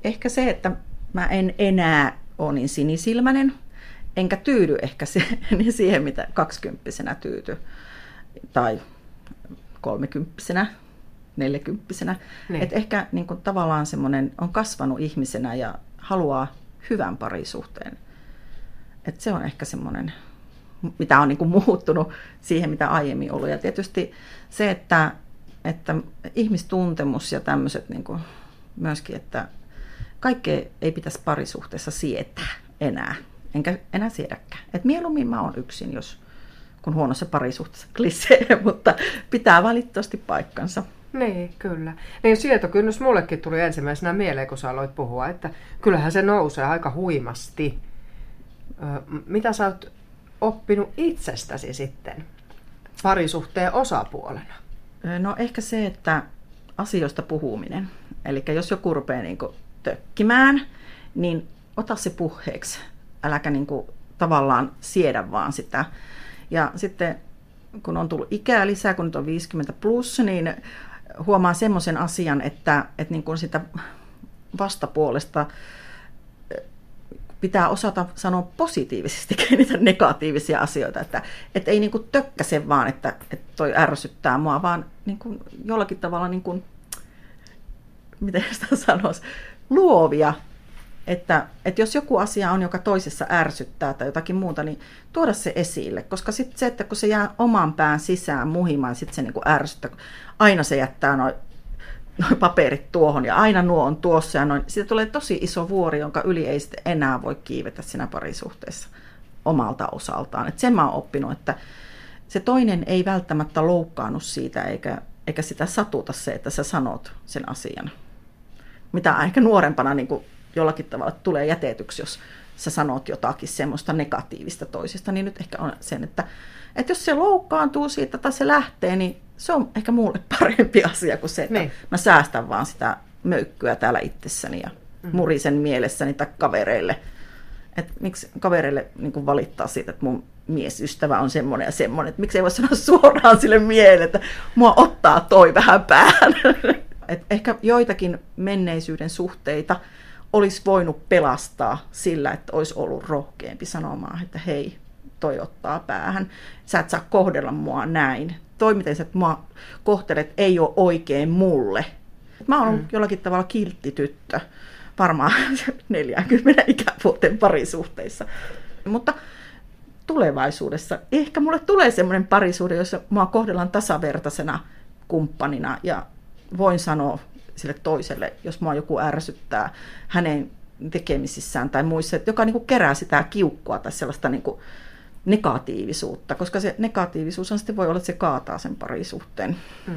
ehkä se, että mä en enää ole niin sinisilmäinen, enkä tyydy ehkä siihen, mitä 20-vuotiaana tyyty, tai 30-vuotiaana, 40-vuotiaana. Niin. Että ehkä niin kuin, tavallaan semmoinen on kasvanut ihmisenä ja haluaa hyvän parisuhteen. Että se on ehkä semmoinen, mitä on niin kuin muuttunut siihen, mitä aiemmin ollut. Ja tietysti se, että ihmistuntemus ja tämmöiset niin kuin myöskin, että kaikkea ei pitäisi parisuhteessa sietää enää, enkä enää siedäkään. Et mieluummin mä oon yksin, kun huonossa parisuhteessa klisee, mutta pitää valitettavasti paikkansa. Niin, kyllä. Niin sietokynnys mullekin tuli ensimmäisenä mieleen, kun sä aloit puhua, että kyllähän se nousee aika huimasti. Mitä sä oot oppinut itsestäsi sitten parisuhteen osapuolena? No ehkä se, että asioista puhuminen. Eli jos joku rupeaa niin kuin tökkimään, niin ota se puheeksi. Äläkä niin kuin tavallaan siedä vaan sitä. Ja sitten kun on tullut ikää lisää, kun nyt on 50 plus, niin huomaa semmoisen asian, että niin kuin sitä vastapuolesta pitää osata sanoa positiivisesti niitä negatiivisia asioita, että ei niin kuin tökkäse vaan, että toi ärsyttää mua, vaan niin kuin jollakin tavalla, niin kuin, miten sitä sanoisi, luovia. Että jos joku asia on, joka toisessa ärsyttää tai jotakin muuta, niin tuoda se esille. Koska sitten se, että kun se jää oman pään sisään muhimaan, sitten se niin kuin ärsyttää. Aina se jättää noin paperit tuohon ja aina nuo on tuossa ja noin. Siitä tulee tosi iso vuori, jonka yli ei sitten enää voi kiivetä siinä parisuhteessa omalta osaltaan. Et sen mä oon oppinut, että se toinen ei välttämättä loukkaannu siitä eikä sitä satuta se, että sä sanot sen asian. Mitä ehkä nuorempana niin kuin jollakin tavalla tulee jätetyksi, jos sä sanot jotakin semmoista negatiivista toisesta, niin nyt ehkä on sen, että jos se loukkaantuu siitä tai se lähtee, niin se on ehkä mulle parempi asia kuin se, että mä säästän vaan sitä möykkyä täällä itsessäni ja murisen mielessäni tai kavereille. Että miksi kavereille niin kuin valittaa siitä, että mun miesystävä on semmoinen ja semmoinen, että miksi ei voi sanoa suoraan sille mielelle, että mua ottaa toi vähän päähän. Et ehkä joitakin menneisyyden suhteita olisi voinut pelastaa sillä, että olisi ollut rohkeampi sanomaan, että hei, toi ottaa päähän. Sä et saa kohdella mua näin. Toi, miten sä mua kohtelet, ei ole oikein mulle. Mä oon ollut jollakin tavalla kiltti tyttö, varmaan 40 ikävuoten parisuhteissa. Mutta tulevaisuudessa ehkä mulle tulee semmoinen parisuhde, jossa mua kohdellaan tasavertaisena kumppanina ja voin sanoa sille toiselle, jos mua joku ärsyttää hänen tekemisissään tai muissa, joka niin kuin kerää sitä kiukkua tai sellaista niin kuin negatiivisuutta, koska se negatiivisuus on sitten voi olla, että se kaataa sen parisuhteen.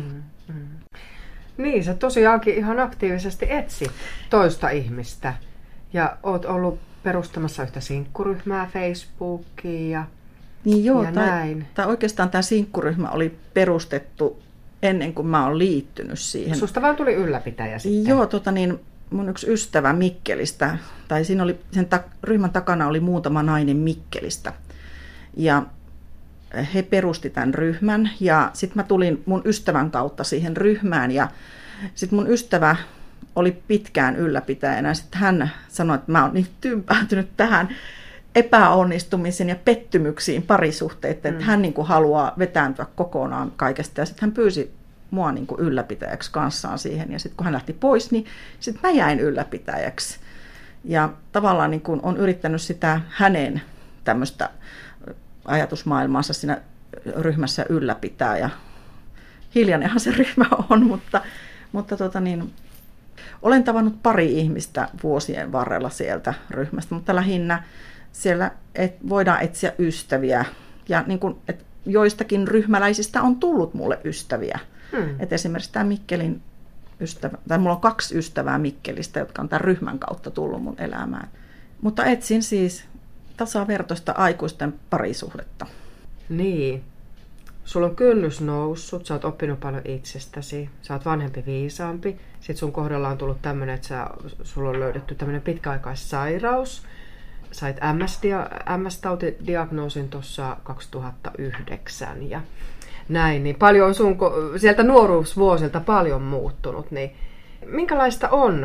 Niin, sä tosiaankin ihan aktiivisesti etsi toista ihmistä ja oot ollut perustamassa yhtä sinkkuryhmää Facebookiin ja näin. Tai oikeastaan tämä sinkkuryhmä oli perustettu ennen kuin mä oon liittynyt siihen. Susta vaan tuli ylläpitäjä sitten. Joo, mun yksi ystävä Mikkelistä, tai siinä oli, sen ryhmän takana oli muutama nainen Mikkelistä. Ja he perusti tämän ryhmän ja sitten mä tulin mun ystävän kautta siihen ryhmään ja sitten mun ystävä oli pitkään ylläpitäjänä. Sitten hän sanoi, että mä oon niin tympäätynyt tähän epäonnistumisen ja pettymyksiin parisuhteet, että hän niin kuin haluaa vetääntyä kokonaan kaikesta. Ja sitten hän pyysi mua niin kuin ylläpitäjäksi kanssaan siihen. Ja sitten kun hän lähti pois, niin sitten mä jäin ylläpitäjäksi. Ja tavallaan niin kuin on yrittänyt sitä hänen tämmöistä ajatusmaailmaansa siinä ryhmässä ylläpitää. Ja hiljainenhan se ryhmä on, mutta olen tavannut pari ihmistä vuosien varrella sieltä ryhmästä, mutta lähinnä siellä voidaan etsiä ystäviä. Ja niin kuin, että joistakin ryhmäläisistä on tullut mulle ystäviä. Että esimerkiksi tämä Mikkelin ystävä, tai mulla on 2 ystävää Mikkelistä, jotka on tämän ryhmän kautta tullut mun elämään. Mutta etsin siis tasavertoista aikuisten parisuhdetta. Niin. Sulla on kynnys noussut, sä oot oppinut paljon itsestäsi, sä oot vanhempi, viisaampi. Sitten sun kohdalla on tullut tämmöinen, että sulla on löydetty tämmöinen pitkäaikaissairaus. Sait MS-tautidiagnoosin tuossa 2009 ja näin. Niin paljon on sieltä nuoruusvuosilta paljon muuttunut. Niin minkälaista on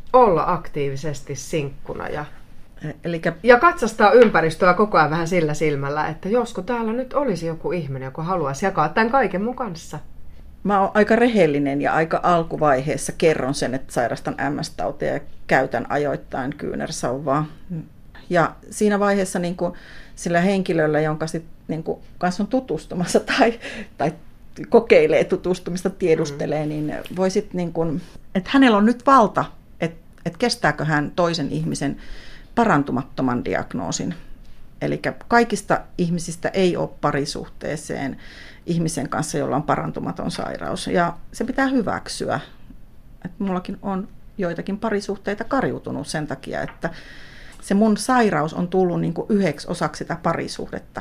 olla aktiivisesti sinkkuna Elikkä, ja katsastaa ympäristöä koko ajan vähän sillä silmällä, että josko täällä nyt olisi joku ihminen, joka haluaisi jakaa tämän kaiken mun kanssa. mä oon aika rehellinen ja aika alkuvaiheessa kerron sen, että sairastan MS-tautia ja käytän ajoittain kyynärsauvaa. Ja siinä vaiheessa niin kuin sillä henkilöllä, jonka sit, niin kuin, kanssa on tutustumassa tai kokeilee tutustumista, tiedustelee, niin voi sitten, niin kuin, että hänellä on nyt valta, että kestääkö hän toisen ihmisen parantumattoman diagnoosin. Eli kaikista ihmisistä ei ole parisuhteeseen ihmisen kanssa, jolla on parantumaton sairaus. Ja se pitää hyväksyä. Että mullakin on joitakin parisuhteita kariutunut sen takia, että se mun sairaus on tullut niin kuin yhdeksi osaksi sitä parisuhdetta.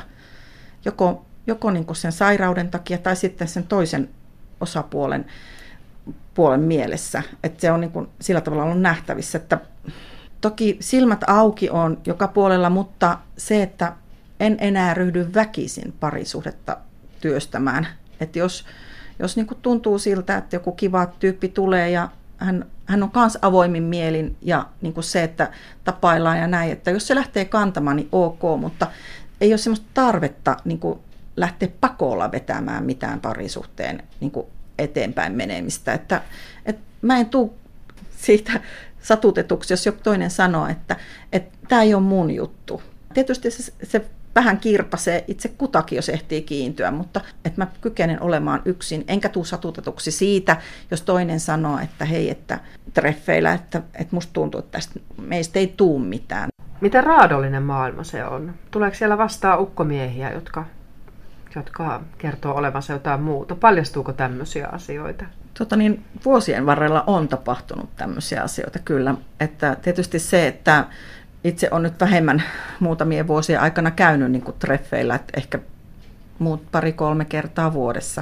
Joko niin kuin sen sairauden takia tai sitten sen toisen osapuolen mielessä. Että se on niin kuin sillä tavalla ollut nähtävissä, että toki silmät auki on joka puolella, mutta se, että en enää ryhdy väkisin parisuhdetta työstämään. Että jos niin kuin tuntuu siltä, että joku kiva tyyppi tulee ja hän on myös avoimin mielin ja niin kuin se, että tapaillaan ja näin, että jos se lähtee kantamaan, niin ok, mutta ei ole sellaista tarvetta niin kuin lähteä pakolla vetämään mitään parisuhteen niin kuin eteenpäin menemistä. Että mä en tule siitä satutetuksi, jos joku toinen sanoo, että tämä ei ole mun juttu. Tietysti se vähän kirpasee itse kutakin, jos ehtii kiintyä, mutta että mä kykenen olemaan yksin, enkä tule satutetuksi siitä, jos toinen sanoo, että hei, että treffeillä, että musta tuntuu, että tästä meistä ei tule mitään. Miten raadollinen maailma se on? Tuleeko siellä vastaan ukkomiehiä, jotka kertoo olevansa jotain muuta? Paljastuuko tämmöisiä asioita? Vuosien varrella on tapahtunut tämmöisiä asioita kyllä. Että tietysti se, että itse on nyt vähemmän muutamien vuosien aikana käynyt niin kuin treffeillä, että ehkä muut 2-3 kertaa vuodessa.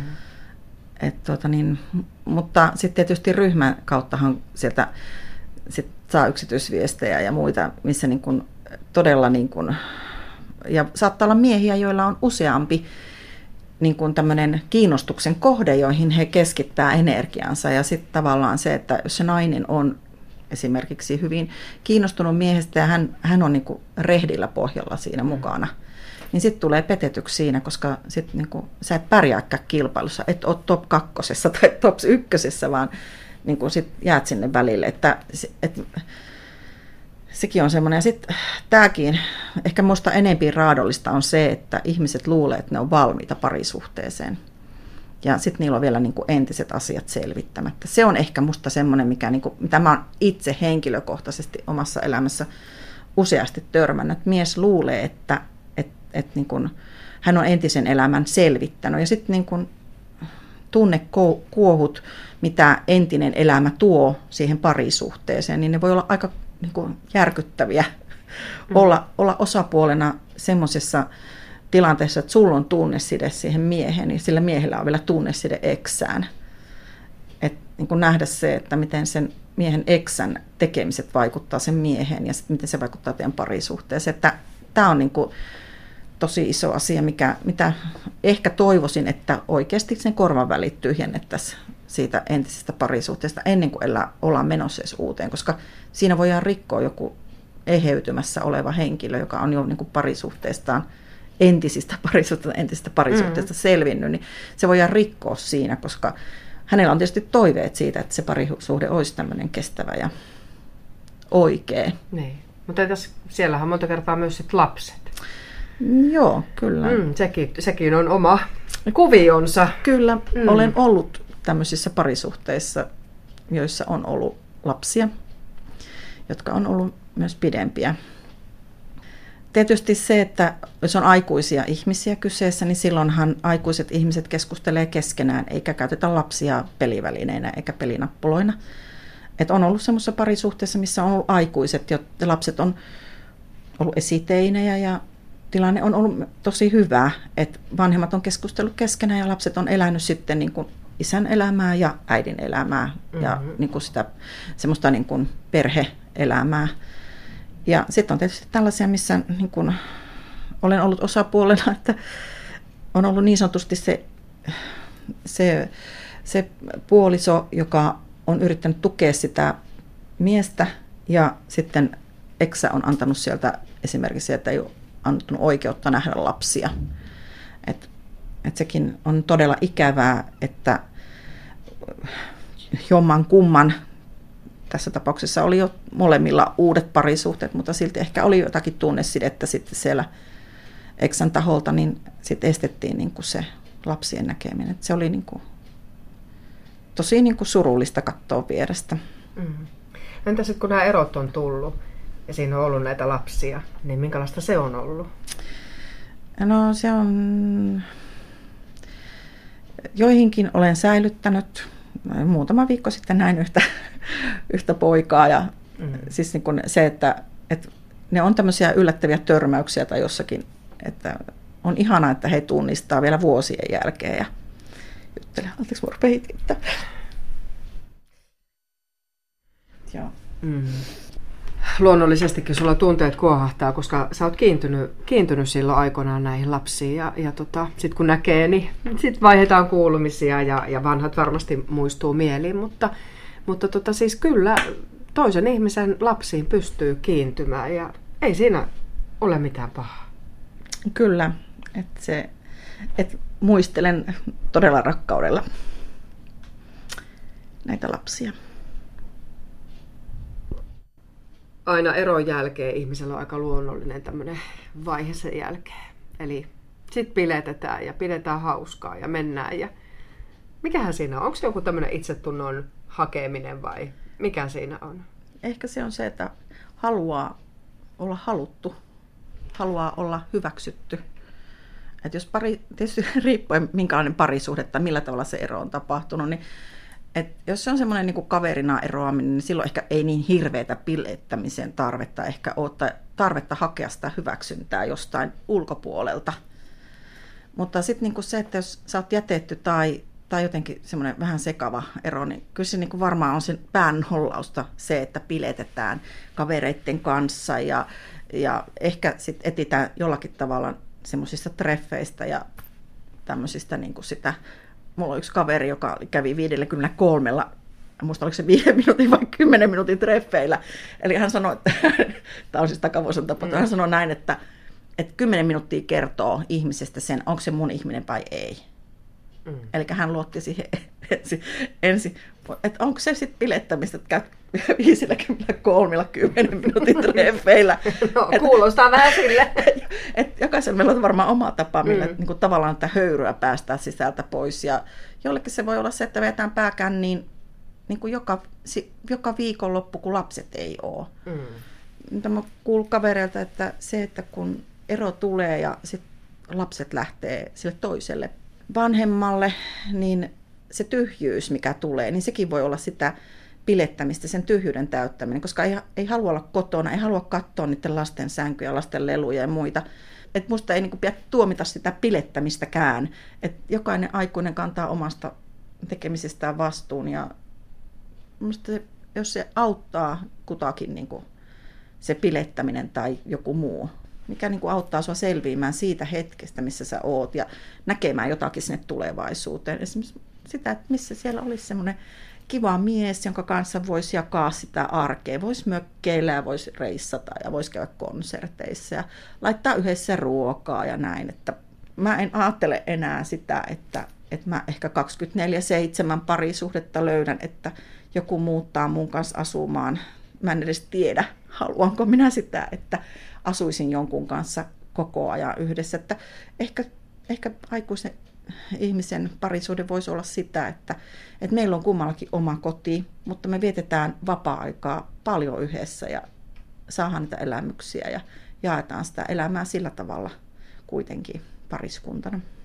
Mutta sitten tietysti ryhmän kauttahan sieltä sit saa yksityisviestejä ja muita, missä niin kuin todella niin kuin, ja saattaa olla miehiä, joilla on useampi niin kuin tämmöinen kiinnostuksen kohde, joihin he keskittää energiansa. Ja sitten tavallaan se, että jos se nainen on esimerkiksi hyvin kiinnostunut miehestä ja hän on niin kuin rehdillä pohjalla siinä mukana, niin sitten tulee petetyksi siinä, koska sit niin kuin, sä et pärjääkään kilpailussa, et ole top 2 tai top 1, vaan niin kuin sit jäät sinne välille. Että sekin on semmoinen. Ja sitten tämäkin, ehkä minusta enemmän raadollista on se, että ihmiset luulee, että ne on valmiita parisuhteeseen. Ja sitten niillä on vielä niin kuin entiset asiat selvittämättä. Se on ehkä musta semmoinen, mitä mä oon itse henkilökohtaisesti omassa elämässä useasti törmännyt. Mies luulee, että niin kuin hän on entisen elämän selvittänyt. Ja sitten niin tunnekuohut, mitä entinen elämä tuo siihen parisuhteeseen, niin ne voi olla aika niin kuin järkyttäviä. Olla osapuolena semmoisessa tilanteessa, että sulla on tunneside siihen mieheen, niin sillä miehellä on vielä tunneside eksään. Että niin kuin nähdä se, että miten sen miehen eksän tekemiset vaikuttaa sen miehen ja sitten miten se vaikuttaa teidän parisuhteeseen. Että tämä on niin kuin tosi iso asia, mitä ehkä toivoisin, että oikeasti sen korvan välit tyhjennettäisiin siitä entisestä parisuhteesta ennen kuin ollaan menossa edes uuteen, koska siinä voidaan rikkoa joku eheytymässä oleva henkilö, joka on jo niin kuin entisistä parisuhteista selvinnyt, niin se voidaan rikkoa siinä, koska hänellä on tietysti toiveet siitä, että se parisuhde olisi tämmöinen kestävä ja oikea. Niin. Mutta siellähän monta kertaa myös sit lapset. Joo, kyllä. Sekin on oma kuvionsa. Kyllä, olen ollut tämmöisissä parisuhteissa, joissa on ollut lapsia, jotka on ollut myös pidempiä. Tietysti se, että jos on aikuisia ihmisiä kyseessä, niin silloinhan aikuiset ihmiset keskustelee keskenään, eikä käytetä lapsia pelivälineinä eikä pelinappuloina. Et on ollut semmoisessa parisuhteessa, missä on ollut aikuiset, ja lapset on ollut esiteinejä ja tilanne on ollut tosi hyvä, että vanhemmat on keskustellut keskenään ja lapset on elänyt sitten niin kuin isän elämää ja äidin elämää ja niin kuin sitä semmoista niin kuin perhe-elämää. Ja sitten on tietysti tällaisia, missä niin kuin olen ollut osapuolena, että on ollut niin sanotusti se puoliso, joka on yrittänyt tukea sitä miestä ja sitten eksä on antanut sieltä esimerkiksi, että ei ole antanut oikeutta nähdä lapsia. Et sekin on todella ikävää, että jomman kumman, tässä tapauksessa oli jo molemmilla uudet parisuhteet, mutta silti ehkä oli jotakin tunnesidettä sitten siellä eksän taholta, niin sitten estettiin niin kuin se lapsien näkeminen. Et se oli niin kuin tosi niin kuin surullista katsoa vierestä. Entä sitten kun nämä erot on tullut ja siinä on ollut näitä lapsia, niin minkälaista se on ollut? No se on, joihinkin olen säilyttänyt. Muutama viikko sitten näin yhtä poikaa. Ja siis niin kuin se, että ne on tämmöisiä yllättäviä törmäyksiä tai jossakin, että on ihanaa, että he tunnistaa vielä vuosien jälkeen ja juttelee. Anteeksi, minua rupeaa hitkittää. Joo. Luonnollisestikin sulla tunteet kuohahtaa, koska sä oot kiintynyt silloin aikoinaan näihin lapsiin ja sit kun näkee, niin sit vaihdetaan kuulumisia ja vanhat varmasti muistuu mieliin, mutta siis kyllä toisen ihmisen lapsiin pystyy kiintymään ja ei siinä ole mitään pahaa. Kyllä, että muistelen todella rakkaudella näitä lapsia. Aina eron jälkeen ihmisellä on aika luonnollinen tämmöinen vaihe sen jälkeen. Eli sitten piletetään ja pidetään hauskaa ja mennään. Ja mikähän siinä on? Onko se joku tämmöinen itsetunnon hakeminen vai mikä siinä on? Ehkä se on se, että haluaa olla haluttu, haluaa olla hyväksytty. Et jos tietysti riippuen minkälainen parisuhde tai millä tavalla se ero on tapahtunut, niin jos se on semmoinen niin kuin kaverina eroaminen, niin silloin ehkä ei niin hirveätä pilettämisen tarvetta ehkä ole, tai tarvetta hakea sitä hyväksyntää jostain ulkopuolelta. Mutta sitten niin kuin se, että jos sä oot jätetty tai jotenkin semmoinen vähän sekava ero, niin kyllä se niin kuin varmaan on sen päänhollausta se, että piletetään kavereiden kanssa ja ehkä sitten etsitään jollakin tavalla semmoisista treffeistä ja tämmöisistä niin kuin sitä. Mulla on yksi kaveri, joka kävi 53, muista oliko se 5 minuutin vai 10 minuutin treffeillä. Eli hän sanoi, että tämä on siis takavuosien tapahtunut, hän sanoi näin, että 10 minuuttia kertoo ihmisestä sen, onko se mun ihminen vai ei. Eli hän luotti siihen ensin, että onko se sitten pilettämistä, että käyt 53 10 minuutin treffeillä. No, kuulostaa vähän sille. Että jokaisella meillä on varmaan oma tapa, millä niin kuin tavallaan tätä höyryä päästään sisältä pois. Ja jollekin se voi olla se, että vetään pääkänniin niin kuin joka viikonloppu, kun lapset ei ole. Mä kuullut kavereilta, että se, että kun ero tulee ja sit lapset lähtee sille toiselle vanhemmalle, niin se tyhjyys, mikä tulee, niin sekin voi olla sitä pilettämistä, sen tyhjyyden täyttäminen, koska ei halua olla kotona, ei halua katsoa niiden lasten sänkyjä, lasten leluja ja muita. Et musta ei pidä tuomita sitä pilettämistäkään. Et jokainen aikuinen kantaa omasta tekemisestään vastuun ja musta jos se auttaa kutakin se pilettäminen tai joku muu, mikä auttaa sinua selviämään siitä hetkestä, missä sä oot ja näkemään jotakin sinne tulevaisuuteen. Esimerkiksi sitä, että missä siellä olisi semmoinen kiva mies, jonka kanssa voisi jakaa sitä arkea. Voisi mökkeillä ja voisi reissata ja voisi käydä konserteissa ja laittaa yhdessä ruokaa ja näin. Että mä en ajattele enää sitä, että mä ehkä 24/7 parisuhdetta löydän, että joku muuttaa mun kanssa asumaan. Mä en edes tiedä, haluanko minä sitä, että asuisin jonkun kanssa koko ajan yhdessä. Että ehkä aikuisen ihmisen parisuhde voisi olla sitä, että meillä on kummallakin oma koti, mutta me vietetään vapaa-aikaa paljon yhdessä ja saadaan niitä elämyksiä ja jaetaan sitä elämää sillä tavalla kuitenkin pariskuntana.